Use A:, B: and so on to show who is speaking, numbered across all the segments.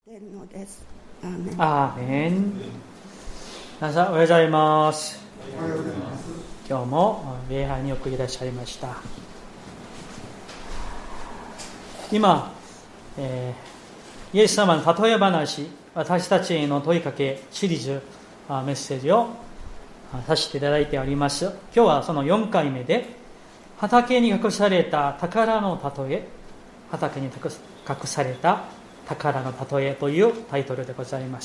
A: てるのです。アーメン。
B: アーメン。皆さんおはようございます。今日も礼拝によくいらっしゃいました。今、イエス様の例え話、私たちへの問いかけシリーズメッセージをさせていただいております。今日はその4回目で、畑に隠された宝の例え、畑に隠された宝の例えというタイトルでございます。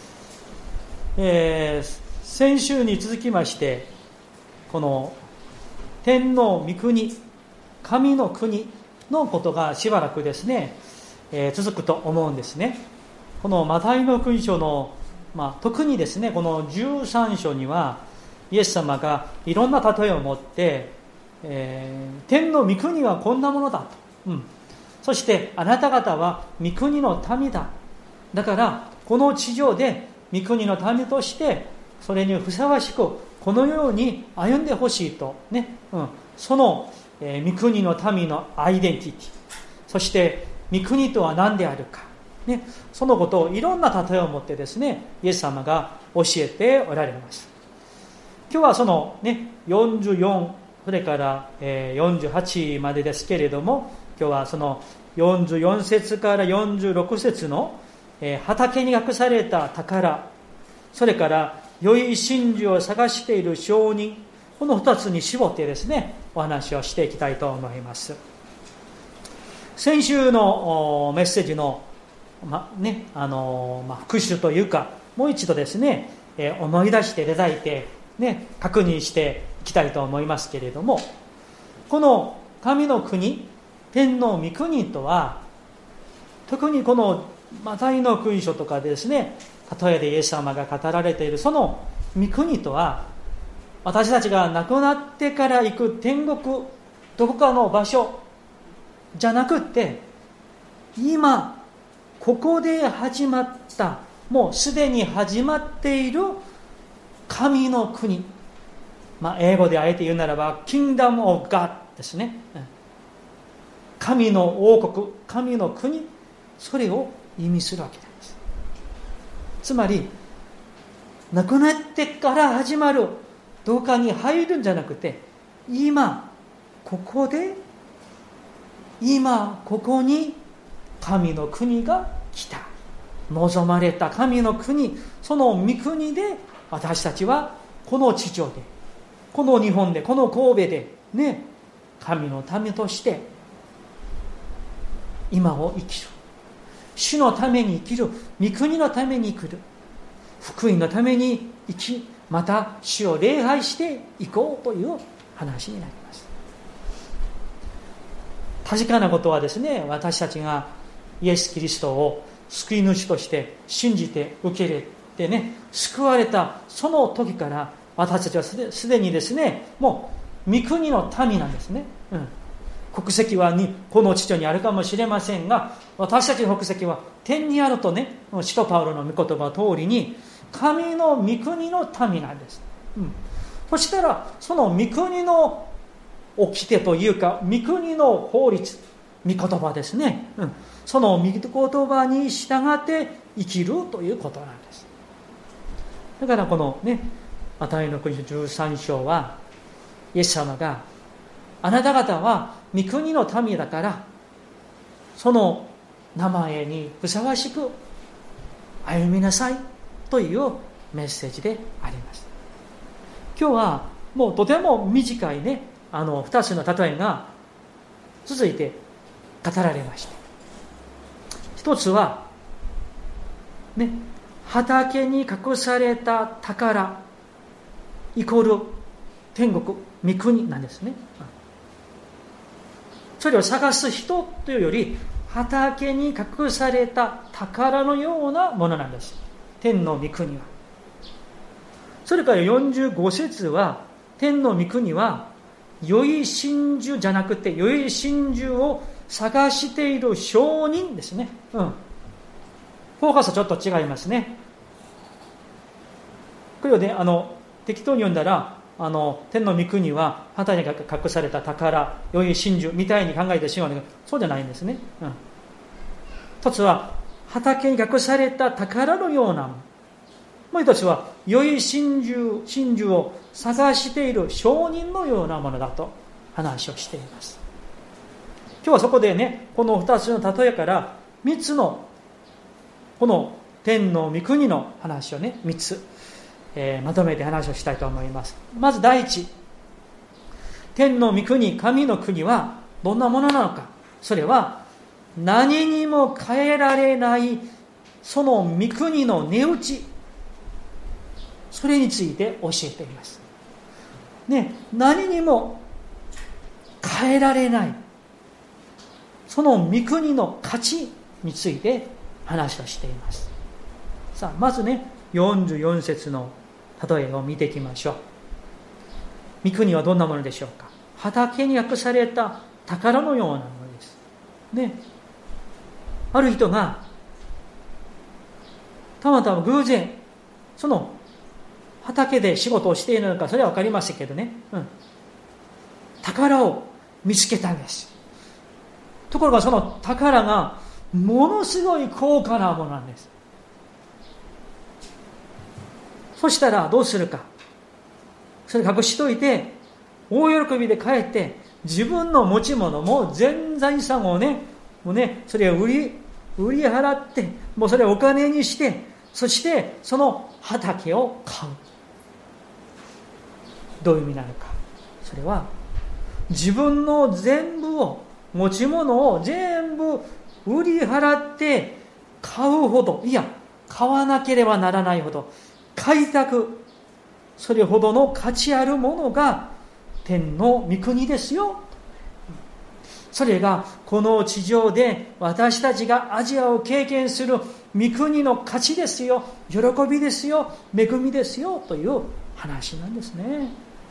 B: 先週に続きまして、この天の御国、神の国のことがしばらくですね、続くと思うんですね。このマタイの福音書の、特にですね、この13章にはイエス様がいろんな例えを持って、天の御国はこんなものだと、そしてあなた方は御国の民だ。だからこの地上で御国の民としてそれにふさわしくこのように歩んでほしいとね、その御国の民のアイデンティティ、そして御国とは何であるか、ね、そのことをいろんな例えを持ってですね、イエス様が教えておられます。今日はそのね44それから48までですけれども、今日はその44節から46節の畑に隠された宝、それから良い真珠を探している証人、この2つに絞ってですね、お話をしていきたいと思います。先週のメッセージの、復習というか、もう一度ですね、思い出していただいて、確認していきたいと思いますけれども、この神の国、天の御国とは、特にこのマタイの福音書とかでですね、例えでイエス様が語られているその御国とは、私たちが亡くなってから行く天国、どこかの場所じゃなくって、今ここで始まった、もうすでに始まっている神の国、英語であえて言うならば Kingdom of God ですね。神の王国、神の国、それを意味するわけです。つまり亡くなってから始まるどこかに入るんじゃなくて、今ここで、今ここに神の国が来た、望まれた神の国、その御国で私たちはこの地上で、この日本で、この神戸でね、神の民として今を生きる、主のために生きる、御国のために来る、福音のために生き、また主を礼拝していこうという話になります。確かなことはですね、私たちがイエス・キリストを救い主として信じて受け入れてね、救われたその時から私たちはすでにですね、もう御国の民なんですね。国籍はこの地上にあるかもしれませんが、私たちの国籍は天にあるとね、使徒パウロの御言葉通りに神の御国の民なんです。そしたらその御国の掟というか、御国の法律、御言葉ですね、その御言葉に従って生きるということなんです。だからこのね、マタイの福音書13章は、イエス様があなた方は御国の民だから、その名前にふさわしく歩みなさいというメッセージであります。今日はもうとても短いね、2つの例えが続いて語られました。一つはね、畑に隠された宝イコール天国、御国なんですね。それを探す人というより、畑に隠された宝のようなものなんです、天の御国は。それから45節は、天の御国は良い真珠じゃなくて、良い真珠を探している証人ですね。フォーカスはちょっと違いますね。これをね、適当に読んだら、天の御国は畑に隠された宝、良い真珠みたいに考えてしまうんだけど、そうじゃないんですね。一つは畑に隠された宝のようなもの。もう一つは良い真珠を探している商人のようなものだと話をしています。今日はそこでね、この2つの例えから3つのこの天の御国の話をね、3つ、まとめて話をしたいと思います。まず第一、天の御国、神の国はどんなものなのか。それは何にも変えられないその御国の値打ち、それについて教えています、ね、何にも変えられないその御国の価値について話をしています。さあまずね、44節の例えを見ていきましょう。御国はどんなものでしょうか。畑に隠された宝のようなものですね。ある人がたまたま偶然その畑で仕事をしているのかそれは分かりませんけどね、宝を見つけたんです。ところがその宝がものすごい高価なものなんです。そしたらどうするか。それ隠しといて大喜びで帰って自分の持ち物も全財産をね、もうね、それを売り払ってもうそれをお金にして、そしてその畑を買う。どういう意味なのか。それは自分の全部を持ち物を全部売り払って買うほど、いや買わなければならないほど、買いたくそれほどの価値あるものが天の御国ですよ。それがこの地上で私たちが味わう経験する御国の価値ですよ、喜びですよ、恵みですよという話なんですね。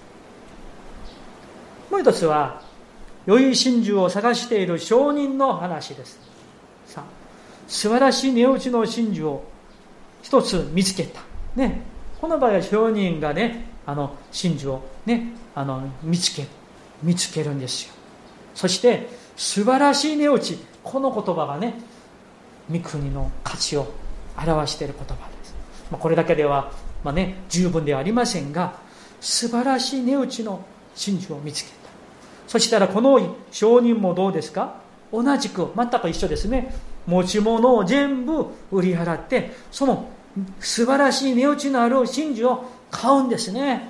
B: もう一つは良い真珠を探している商人の話です。さあ素晴らしい値打ちの真珠を一つ見つけた、ね、この場合は商人がね、真珠をね、見つけるんですよ。そして素晴らしい値打ち、この言葉がね、御国の価値を表している言葉です。これだけでは、十分ではありませんが、素晴らしい値打ちの真珠を見つけた。そしたらこの商人もどうですか。同じく全く一緒ですね。持ち物を全部売り払ってその素晴らしい値打ちのある真珠を買うんですね、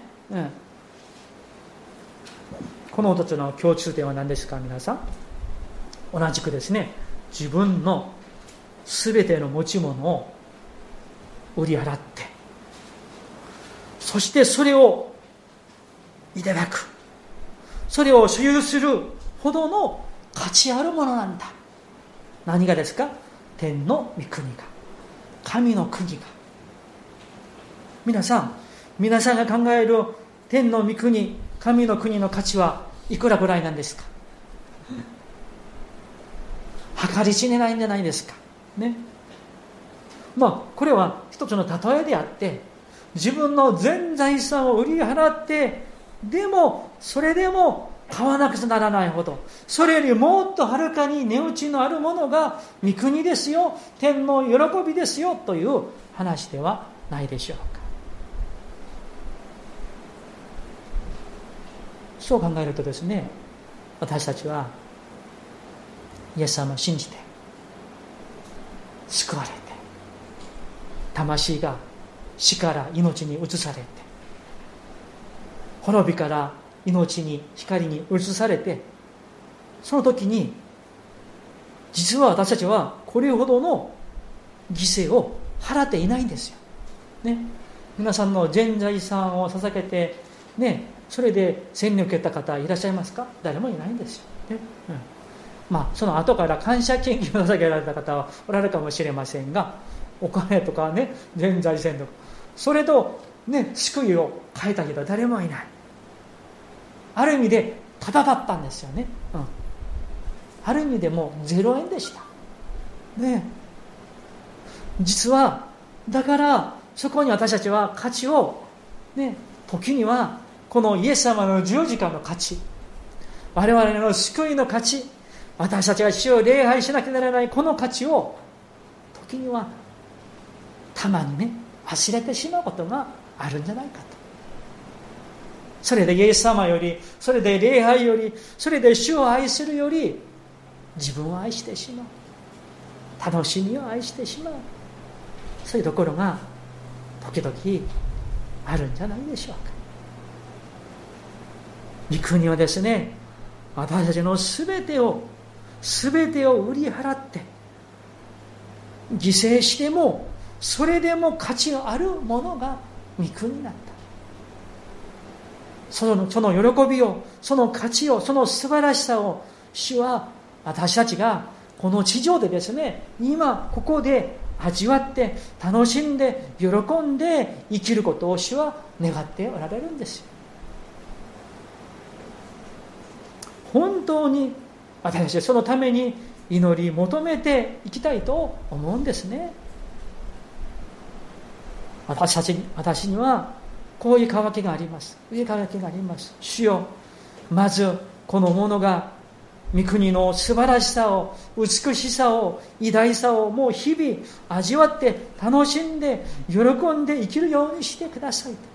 B: この2つの共通点は何ですか。皆さん同じくですね、自分の全ての持ち物を売り払って、そしてそれをいただく、それを所有するほどの価値あるものなんだ。何がですか。天の御国が、神の国が。皆さんが考える天の御国、神の国の価値はいくらぐらいなんですか。計り知れないんじゃないですかね。これは一つの例えであって、自分の全財産を売り払ってでもそれでも買わなくちゃならないほど、それよりもっとはるかに値打ちのあるものが御国ですよ、天の喜びですよという話ではないでしょうか。そう考えるとですね、私たちはイエス様を信じて救われて、魂が死から命に移されて、滅びから命に光に移されて、その時に実は私たちはこれほどの犠牲を払っていないんですよ、ね、皆さんの全財産を捧げて、それで洗礼を受けた方いらっしゃいますか。誰もいないんですよ、ね。その後から感謝献金を捧げられた方はおられるかもしれませんが、お金とかね、全財産とかそれと救いを変えた人は誰もいない。ある意味でただだったんですよね、ある意味でもう0円でした、実はだからそこに私たちは価値を、時にはこのイエス様の十字架の価値、我々の救いの価値、私たちが主を礼拝しなきゃならないこの価値を時にはたまにね、忘れてしまうことがあるんじゃないかと。それでイエス様より、それで礼拝より、それで主を愛するより、自分を愛してしまう、楽しみを愛してしまう、そういうところが時々あるんじゃないでしょうか。御国はですね、私たちのすべてを売り払って犠牲しても、それでも価値のあるものが御国になった。その喜びを、その価値を、その素晴らしさを、主は私たちがこの地上でですね、今ここで味わって楽しんで喜んで生きることを主は願っておられるんですよ。本当に私たちはそのために祈り求めていきたいと思うんですね。私にはこういう渇きがあります。上渇きがあります。主よ、まずこのものが御国の素晴らしさを、美しさを、偉大さをもう日々味わって楽しんで喜んで生きるようにしてくださいと。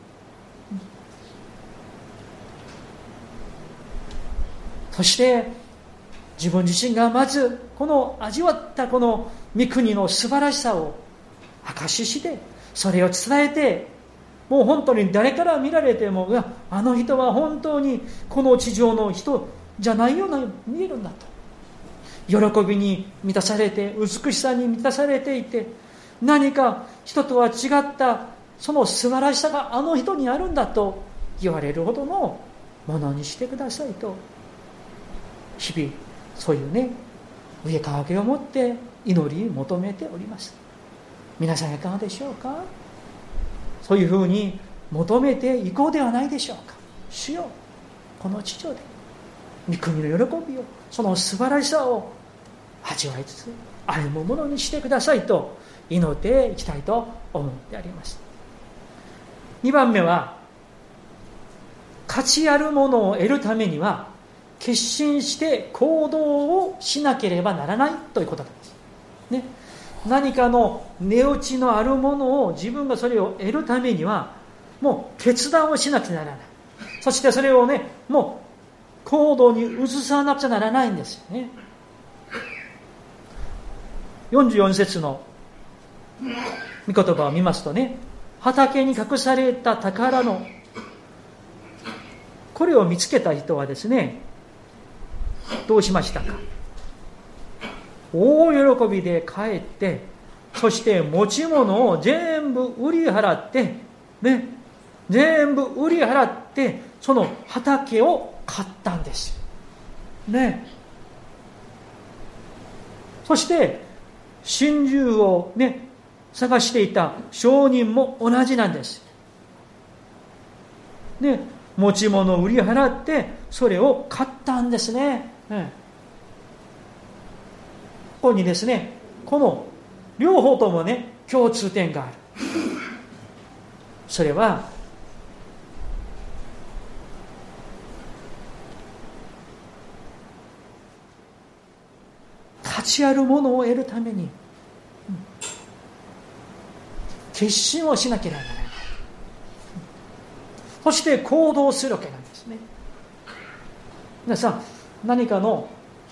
B: そして自分自身がまずこの味わったこの御国の素晴らしさを証しして、それを伝えて、もう本当に誰から見られても、いや、あの人は本当にこの地上の人じゃないような見えるんだと、喜びに満たされて、美しさに満たされていて、何か人とは違ったその素晴らしさがあの人にあるんだと言われるほどのものにしてくださいと、日々そういうね、上かわけを持って祈り求めております。皆さんいかがでしょうか。そういうふうに求めていこうではないでしょうか。主よ、この地上で御国の喜びを、その素晴らしさを味わいつつ歩むものにしてくださいと祈っていきたいと思ってあります。2番目は、価値あるものを得るためには決心して行動をしなければならないということなんですね。何かの値打ちのあるものを、自分がそれを得るためにはもう決断をしなくちゃならない。そしてそれをね、もう行動に移さなくちゃならないんですよね。44節の御言葉を見ますとね、畑に隠された宝のこれを見つけた人はですね、どうしましたか。大喜びで帰って、そして持ち物を全部売り払ってね、全部売り払ってその畑を買ったんですね。そして心中をね探していた商人も同じなんですね。持ち物を売り払ってそれを買ったんですね。ここにですね、この両方ともね、共通点がある。それは価値あるものを得るために決心をしなければならない。そして行動するわけなんですね。皆さん、何かの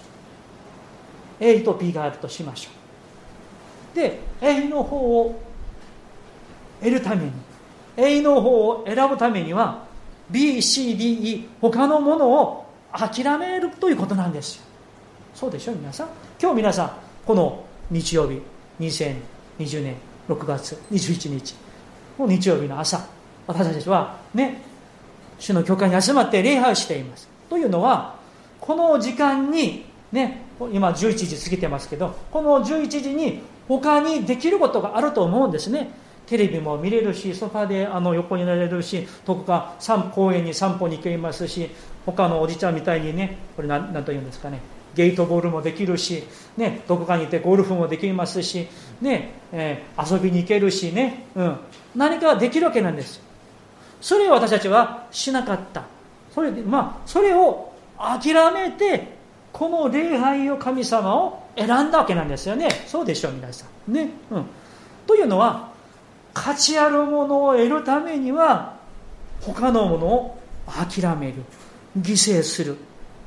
B: A と B があるとしましょう。で A の方を得るために、 A の方を選ぶためには B、C、D、E 他のものを諦めるということなんですよ。そうでしょ皆さん。今日皆さん、この日曜日、2020年6月21日の日曜日の朝、私たちはね、主の教会に集まって礼拝をしています。というのは、この時間にね、今11時過ぎてますけど、この11時に他にできることがあると思うんですね。テレビも見れるし、ソファで横になれるし、どこか公園に散歩に行けますし、他のおじちゃんみたいにね、これ何と言うんですかね、ゲートボールもできるし、ね、どこかに行ってゴルフもできますし、ね、遊びに行けるしね、何かできるわけなんです。それを私たちはしなかった。それを諦めてこの礼拝を神様を選んだわけなんですよね。そうでしょう皆さんね、というのは、価値あるものを得るためには他のものを諦める、犠牲する、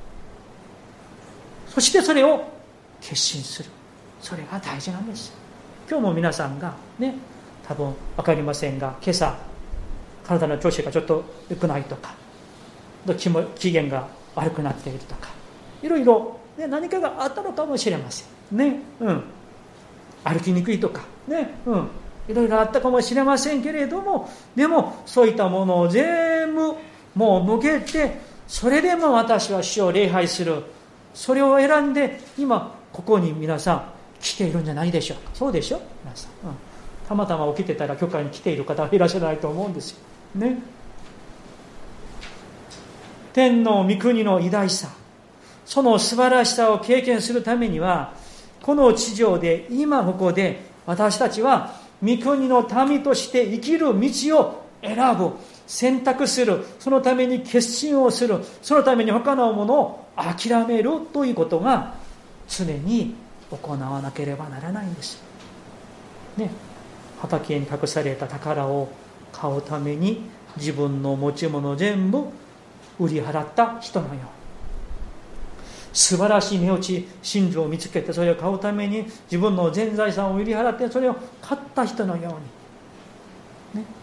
B: そしてそれを決心する、それが大事なんです。今日も皆さんがね、多分分かりませんが、今朝体の調子がちょっと良くないとか、機嫌が悪くなっているとか、いろいろ、ね、何かがあったのかもしれませんね、歩きにくいとかね、いろいろあったかもしれませんけれども、でもそういったものを全部もう向けて、それでも私は主を礼拝する、それを選んで今ここに皆さん来ているんじゃないでしょうか。そうでしょ皆さん、たまたま起きてたら教会に来ている方はいらっしゃらないと思うんですよね。天の御国の偉大さ、その素晴らしさを経験するためには、この地上で今ここで私たちは御国の民として生きる道を選ぶ、選択する、そのために決心をする、そのために他のものを諦めるということが常に行わなければならないんですね。畑に隠された宝を買うために自分の持ち物全部売り払った人のように、素晴らしい値打ち真珠を見つけてそれを買うために自分の全財産を売り払ってそれを買った人のように、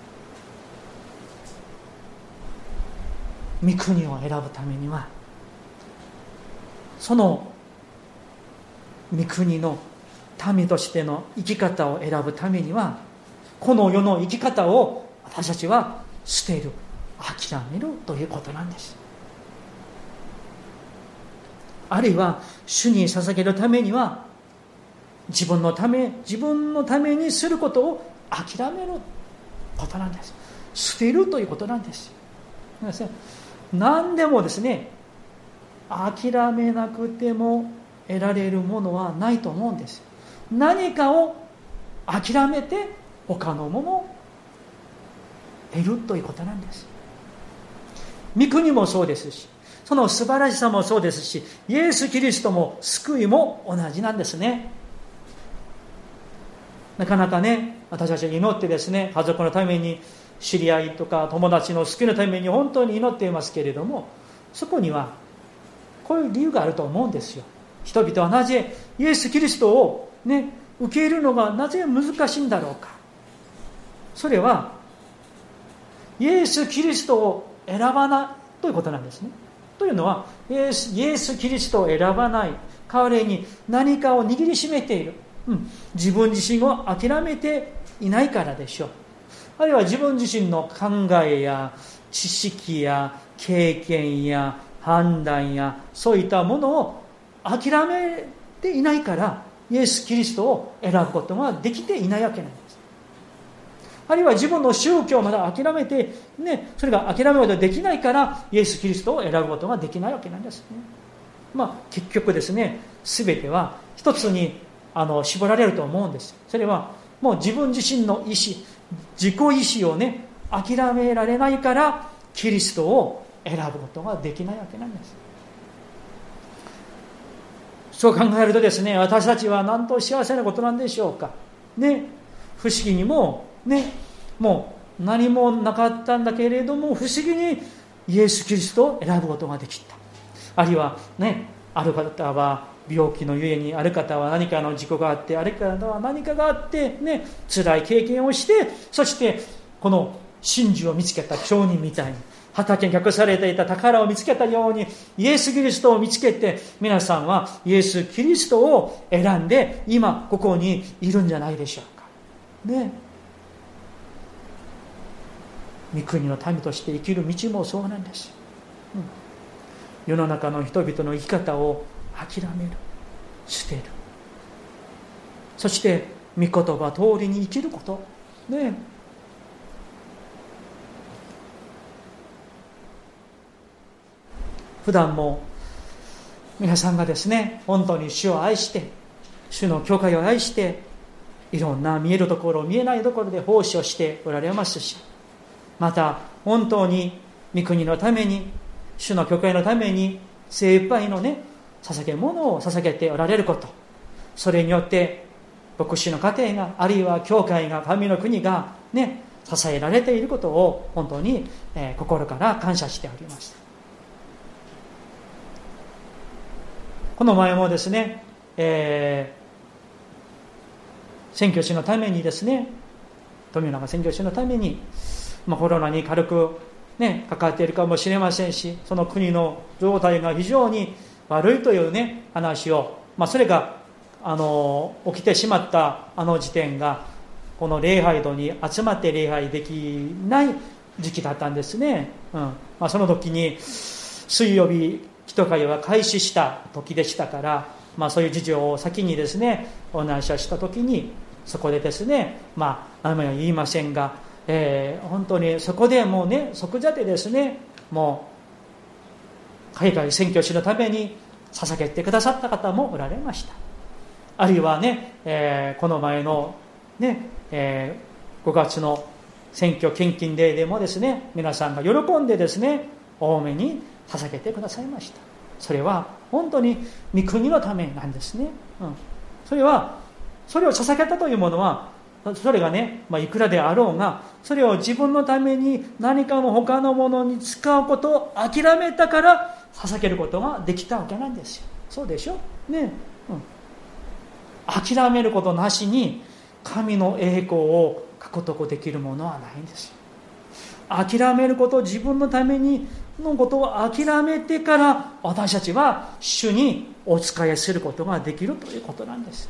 B: 御国を選ぶためには、その御国の民としての生き方を選ぶためには、この世の生き方を私たちは捨てる、諦めるということなんです。あるいは主に捧げるためには、自分のためにすることを諦めることなんです。捨てるということなんです。何でもですね、諦めなくても得られるものはないと思うんです。何かを諦めて他のものを得るということなんです。御国もそうですし、その素晴らしさもそうですし、イエス・キリストも救いも同じなんですね。なかなかね、私たちは祈ってですね、家族のために、知り合いとか友達の救いのために本当に祈っていますけれども、そこにはこういう理由があると思うんですよ。人々はなぜイエス・キリストをね、受け入れるのがなぜ難しいんだろうか。それはイエス・キリストを選ばないということなんですね。というのは、イエス・キリストを選ばない代わりに何かを握りしめている、自分自身を諦めていないからでしょう。あるいは自分自身の考えや知識や経験や判断やそういったものを諦めていないから、イエス・キリストを選ぶことができていないわけなんです。あるいは自分の宗教をまだ諦めて、それが諦めることができないからイエス・キリストを選ぶことができないわけなんですね。結局ですね、全ては一つに絞られると思うんです。それはもう自分自身の意志、自己意志を諦められないからキリストを選ぶことができないわけなんです。そう考えるとですね、私たちはなんと幸せなことなんでしょうか不思議にももう何もなかったんだけれども、不思議にイエス・キリストを選ぶことができた。あるいはある方は病気のゆえに、ある方は何かの事故があって、ある方は何かがあって辛い経験をして、そしてこの真珠を見つけた町人みたいに、畑に隠されていた宝を見つけたようにイエス・キリストを見つけて、皆さんはイエス・キリストを選んで今ここにいるんじゃないでしょうか御国の民として生きる道もそうなんです。世の中の人々の生き方を諦める、捨てる、そして御言葉通りに生きること普段も皆さんがですね、本当に主を愛して、主の教会を愛して、いろんな見えるところ見えないところで奉仕をしておられますし、また本当に御国のために、主の教会のために精一杯の捧げ物を捧げておられること、それによって牧師の家庭が、あるいは教会が、神の国がね、支えられていることを本当に、心から感謝しておりました。この前もですね、宣教師のためにですね、富永宣教師のために、コロナに軽くね、かかっているかもしれませんし、その国の状態が非常に悪いというね、話を、それが起きてしまった時点が、この礼拝堂に集まって礼拝できない時期だったんですね。その時に水曜日祈祷会は開始した時でしたから、そういう事情を先にですねお話をした時に、そこでですね、名前は言いませんが、本当にそこでもうね、即座でですね、もう海外宣教師のために捧げてくださった方もおられました。あるいはね、この前のね、5月の選挙献金デーでもですね、皆さんが喜んでですね、多めに捧げてくださいました。それは本当に御国のためなんですね。それを捧げたというものは、それがね、いくらであろうが、それを自分のために何かの他のものに使うことを諦めたから捧げることができたわけなんですよ。そうでしょね。諦めることなしに神の栄光を獲得できるものはないんですよ。諦めること、自分のためにのことを諦めてから私たちは主にお仕えすることができるということなんです。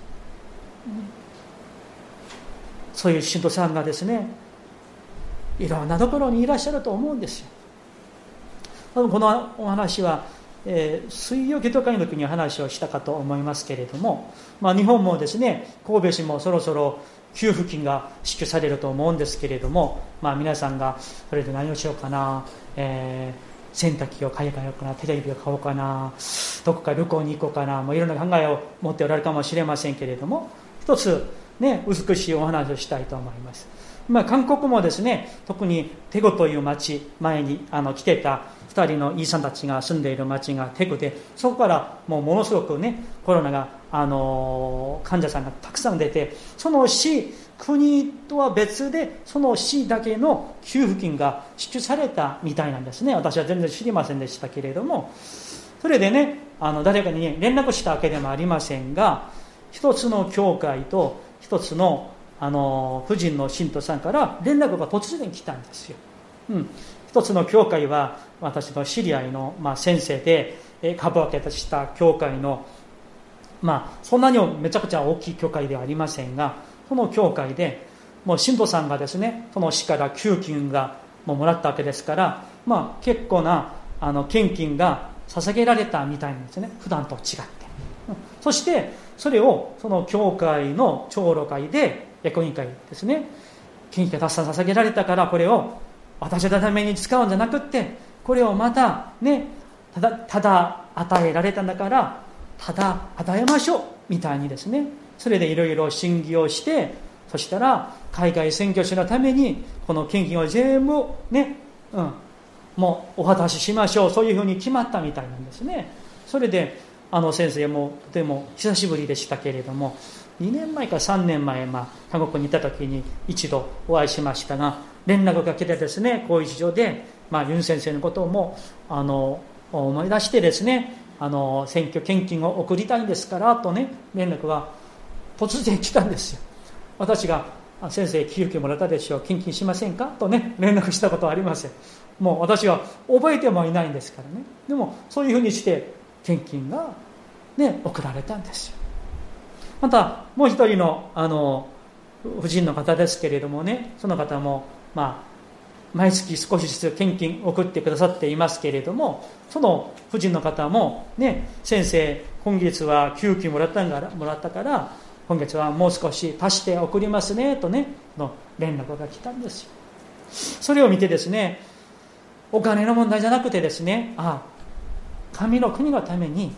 B: そういう信徒さんがですね、いろんなところにいらっしゃると思うんですよ。このお話は、水曜祈祷会の時に話をしたかと思いますけれども、日本もですね、神戸市もそろそろ給付金が支給されると思うんですけれども、皆さんがそれで何をしようかな、洗濯機を買い替えようかな、テレビを買おうかな、どこか旅行に行こうかな、いろんな考えを持っておられるかもしれませんけれども、一つね、美しいお話をしたいと思います。韓国もですね、特にテグという町、前に来てた2人のイーさんたちが住んでいる町がテグで、そこからものすごくね、コロナが患者さんがたくさん出て、その市、国とは別でその市だけの給付金が支給されたみたいなんですね。私は全然知りませんでしたけれども、それでね、誰かに連絡したわけでもありませんが、一つの教会と一つの婦人の信徒さんから連絡が突然来たんですよ。一つの教会は私の知り合いの、先生で、株分けした教会の、そんなにめちゃくちゃ大きい教会ではありませんが、その教会でもう信徒さんがですね、その市から給付金がもらったわけですから、結構な献金が捧げられたみたいなんですね、普段と違って。そしてそれをその教会の長老会で、役員会ですね、献金がたくさん捧げられたから、これを私のために使うんじゃなくって、これをまたね、ただ与えられたんだからただ与えましょうみたいにですね、それでいろいろ審議をして、そしたら海外宣教師のためにこの献金を全部ね、もうお渡ししましょう、そういうふうに決まったみたいなんですね。それで先生もとても久しぶりでしたけれども、2年前か3年前、韓国にいた時に一度お会いしましたが、連絡が来てですね、こういう事情で、ユン先生のことも思い出してですね、選挙献金を送りたいんですからとね、連絡が突然来たんですよ。私が先生給付金もらったでしょう、献金しませんかとね、連絡したことはありません。もう私は覚えてもいないんですからね。でもそういうふうにして献金がね、送られたんですよ。またもう一人の婦人の方ですけれどもね、その方も毎月少しずつ献金送ってくださっていますけれども、その婦人の方もね、先生今月は給付金もらったから今月はもう少し足して送りますねとね、の連絡が来たんですよ。それを見てですね、お金の問題じゃなくてですね、神の国のために、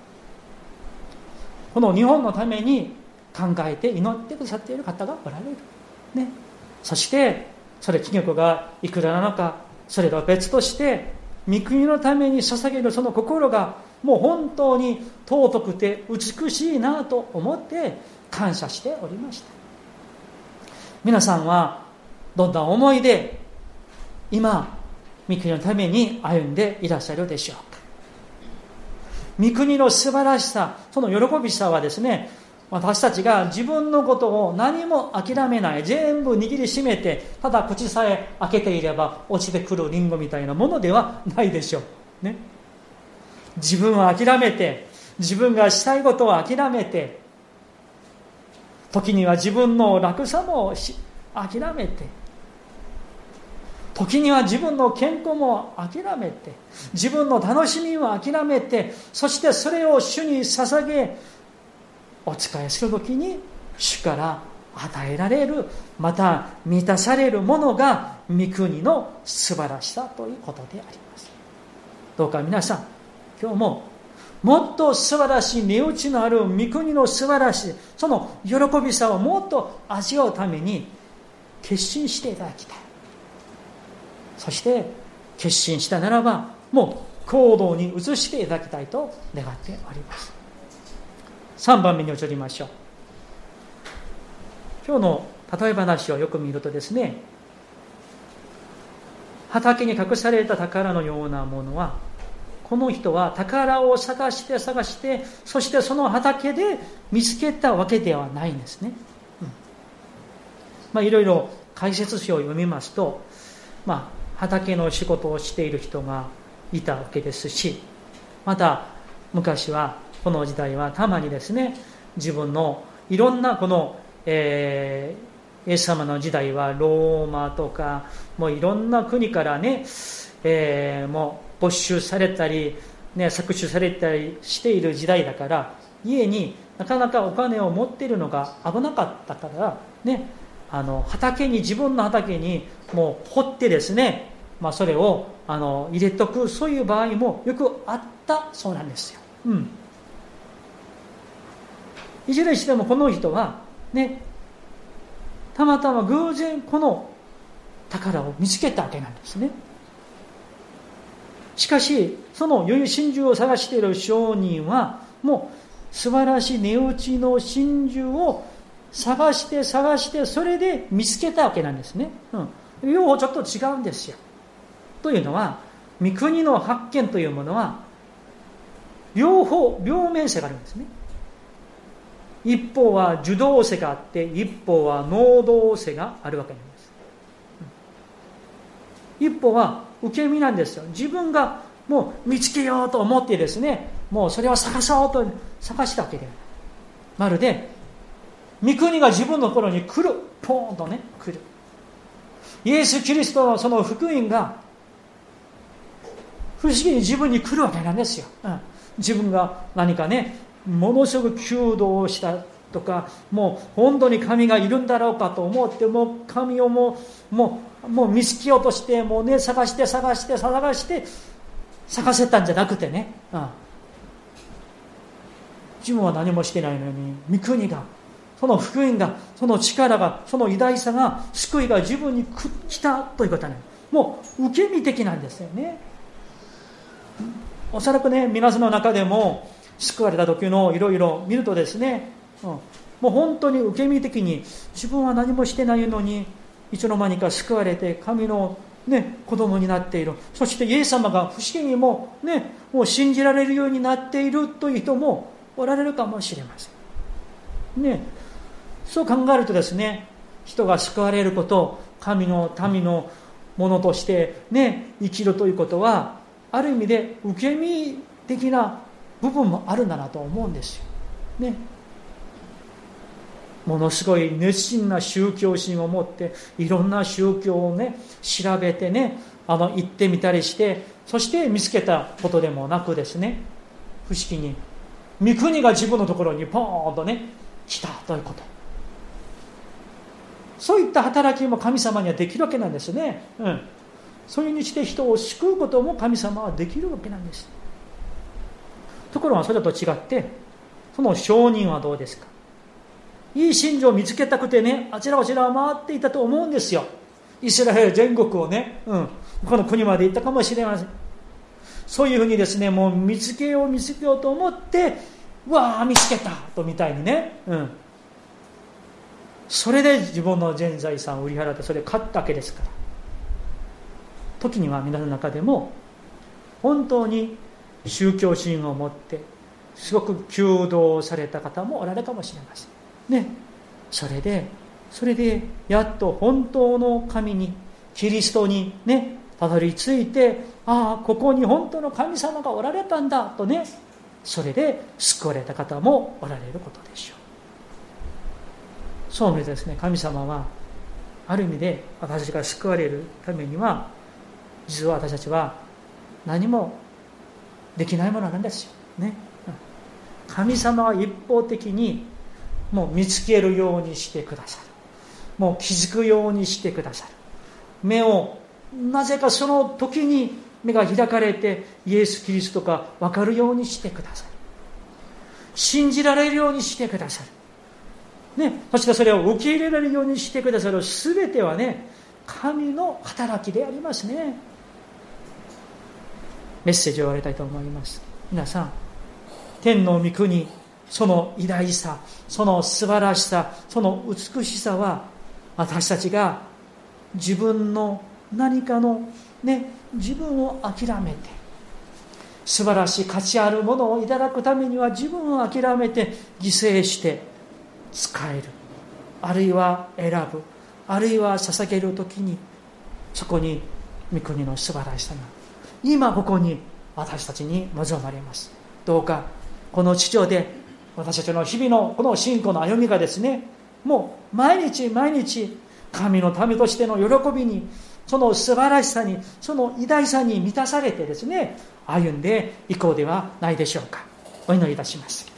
B: この日本のために考えて祈ってくださっている方がおられる、ね、そしてそれ金額がいくらなのか、それとは別として御国のために捧げるその心がもう本当に尊くて美しいなと思って感謝しておりました。皆さんはどんな思いで今御国のために歩んでいらっしゃるでしょうか。御国の素晴らしさ、その喜びさはですね、私たちが自分のことを何も諦めない、全部握りしめて、ただ口さえ開けていれば落ちてくるリンゴみたいなものではないでしょう、ね、自分を諦めて、自分がしたいことを諦めて、時には自分の楽さも諦めて、時には自分の健康も諦めて、自分の楽しみを諦めて、そしてそれを主に捧げ、お仕えするときに主から与えられる、また満たされるものが御国の素晴らしさということであります。どうか皆さん、今日ももっと素晴らしい値打ちのある御国の素晴らしい、その喜びさをもっと味わうために決心していただきたい。そして決心したならば、もう行動に移していただきたいと願っております。3番目に移りましょう。今日の例え話をよく見るとですね、畑に隠された宝のようなものは、この人は宝を探して、そしてその畑で見つけたわけではないんですね。いろいろ解説書を読みますと、畑の仕事をしている人がいたわけですし、また昔はこの時代はたまにですね、自分のいろんなこの、イエス様の時代はローマとかもういろんな国からね、もう没収されたり、搾取されたりしている時代だから、家になかなかお金を持っているのが危なかったからね、自分の畑にもう掘ってですね、それを入れとく、そういう場合もよくあったそうなんですよ。いずれにしてもこの人はね、たまたま偶然この宝を見つけたわけなんですね。しかしその良い真珠を探している商人は、もう素晴らしい値打ちの真珠を探して、それで見つけたわけなんですね。両方ちょっと違うんですよ。というのは、御国の発見というものは両面性があるんですね。一方は受動性があって、一方は能動性があるわけなんです。一方は受け身なんですよ。自分がもう見つけようと思ってですね、もうそれを探そうと探したわけではない。まるで御国が自分のところに来る、ポーンとね、来る。イエス・キリストのその福音が不思議に自分に来るわけなんですよ。自分が何かね、ものすごく求道をしたとか、もう本当に神がいるんだろうかと思って、もう神をもう見つけようとして、もうね、探して探せたんじゃなくてね、自分は何もしてないのに、御国が、その福音が、その力が、その偉大さが、救いが自分に来たということはね、もう受け身的なんですよね。おそらくね、皆さんの中でも救われた時のいろいろ見るとですね、もう本当に受け身的に、自分は何もしてないのにいつの間にか救われて神の、子供になっている。そしてイエス様が不思議にもう信じられるようになっているという人もおられるかもしれません。そう考えるとですね、人が救われること、神の民のものとして生きるということは、ある意味で受け身的な部分もあるんだなと思うんですよ。ものすごい熱心な宗教心を持っていろんな宗教を調べて行ってみたりして、そして見つけたことでもなくですね、不思議に御国が自分のところにポーンと来たということ、そういった働きも神様にはできるわけなんですね。そういうふうにして人を救うことも神様はできるわけなんです。ところがそれと違って、その商人はどうですか。いい真珠を見つけたくてあちらこちら回っていたと思うんですよ。イスラエル全国を他の国まで行ったかもしれません。 そういうふうにですね、もう見つけようと思って、うわー見つけたとみたいにね、それで自分の全財産を売り払ってそれを買ったわけですから。時には皆さんの中でも本当に宗教心を持ってすごく求道された方もおられるかもしれませんね。それでやっと本当の神に、キリストにねたどり着いて、ここに本当の神様がおられたんだとね、それで救われた方もおられることでしょう。そういう意味でですね、神様はある意味で私たちが救われるためには、実は私たちは何もできないものなんですよね。神様は一方的にもう見つけるようにしてくださる。もう気づくようにしてくださる。目をなぜかその時に目が開かれてイエス・キリストが分かるようにしてくださる。信じられるようにしてくださる。そしてそれを受け入れられるようにしてくださる。すべてはね、神の働きでありますね。メッセージを終わりたいと思います。皆さん、天の御国、その偉大さ、その素晴らしさ、その美しさは、私たちが自分の何かの自分を諦めて、素晴らしい価値あるものをいただくためには自分を諦めて犠牲して使える、あるいは選ぶ、あるいは捧げるときに、そこに御国の素晴らしさが今ここに私たちに望まれます。どうかこの地上で私たちの日々のこの信仰の歩みがですね、もう毎日毎日神の民としての喜びに、その素晴らしさに、その偉大さに満たされてですね、歩んでいこうではないでしょうか。お祈りいたします。